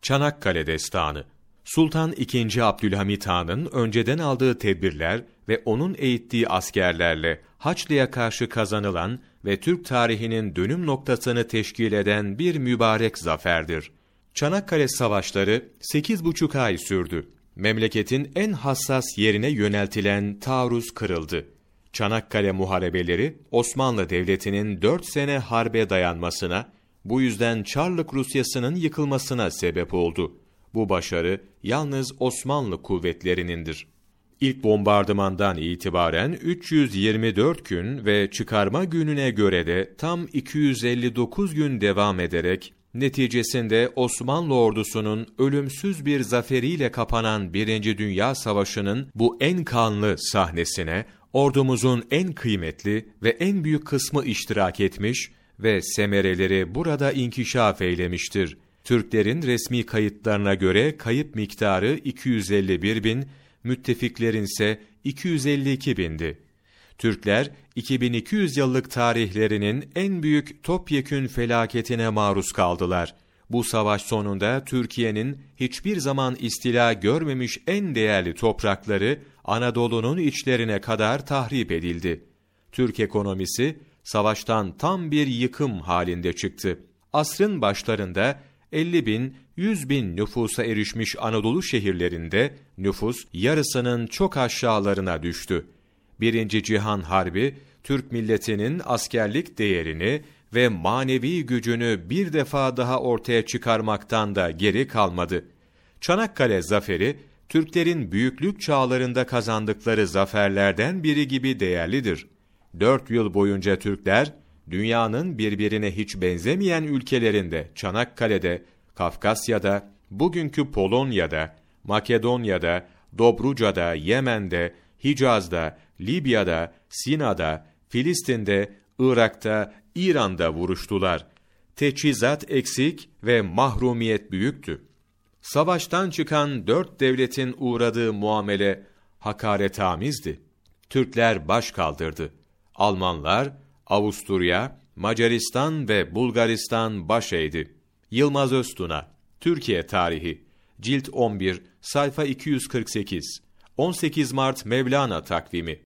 Çanakkale Destanı. Sultan II. Abdülhamit Han'ın önceden aldığı tedbirler ve onun eğittiği askerlerle Haçlı'ya karşı kazanılan ve Türk tarihinin dönüm noktasını teşkil eden bir mübarek zaferdir. Çanakkale Savaşları 8,5 ay sürdü. Memleketin en hassas yerine yöneltilen taarruz kırıldı. Çanakkale Muharebeleri, Osmanlı Devleti'nin 4 sene harbe dayanmasına, bu yüzden Çarlık Rusyası'nın yıkılmasına sebep oldu. Bu başarı yalnız Osmanlı kuvvetlerinindir. İlk bombardımandan itibaren 324 gün ve çıkarma gününe göre de tam 259 gün devam ederek, neticesinde Osmanlı ordusunun ölümsüz bir zaferiyle kapanan 1. Dünya Savaşı'nın bu en kanlı sahnesine, ordumuzun en kıymetli ve en büyük kısmı iştirak etmiş ve semereleri burada inkişaf eylemiştir. Türklerin resmi kayıtlarına göre kayıp miktarı 251 bin, müttefiklerin ise 252 bindi. Türkler, 2200 yıllık tarihlerinin en büyük topyekün felaketine maruz kaldılar. Bu savaş sonunda Türkiye'nin hiçbir zaman istila görmemiş en değerli toprakları Anadolu'nun içlerine kadar tahrip edildi. Türk ekonomisi savaştan tam bir yıkım halinde çıktı. Asrın başlarında 50 bin, 100 bin nüfusa erişmiş Anadolu şehirlerinde nüfus yarısının çok aşağılarına düştü. 1. Cihan Harbi, Türk milletinin askerlik değerini ve manevi gücünü bir defa daha ortaya çıkarmaktan da geri kalmadı. Çanakkale Zaferi, Türklerin büyüklük çağlarında kazandıkları zaferlerden biri gibi değerlidir. 4 yıl boyunca Türkler, dünyanın birbirine hiç benzemeyen ülkelerinde, Çanakkale'de, Kafkasya'da, bugünkü Polonya'da, Makedonya'da, Dobruca'da, Yemen'de, Hicaz'da, Libya'da, Sina'da, Filistin'de, Irak'ta, İran'da vuruştular. Teçhizat eksik ve mahrumiyet büyüktü. Savaştan çıkan 4 devletin uğradığı muamele hakaretamizdi. Türkler baş kaldırdı. Almanlar, Avusturya, Macaristan ve Bulgaristan baş eğdi. Yılmaz Öztuna, Türkiye Tarihi, Cilt 11, sayfa 248, 18 Mart Mevlana takvimi.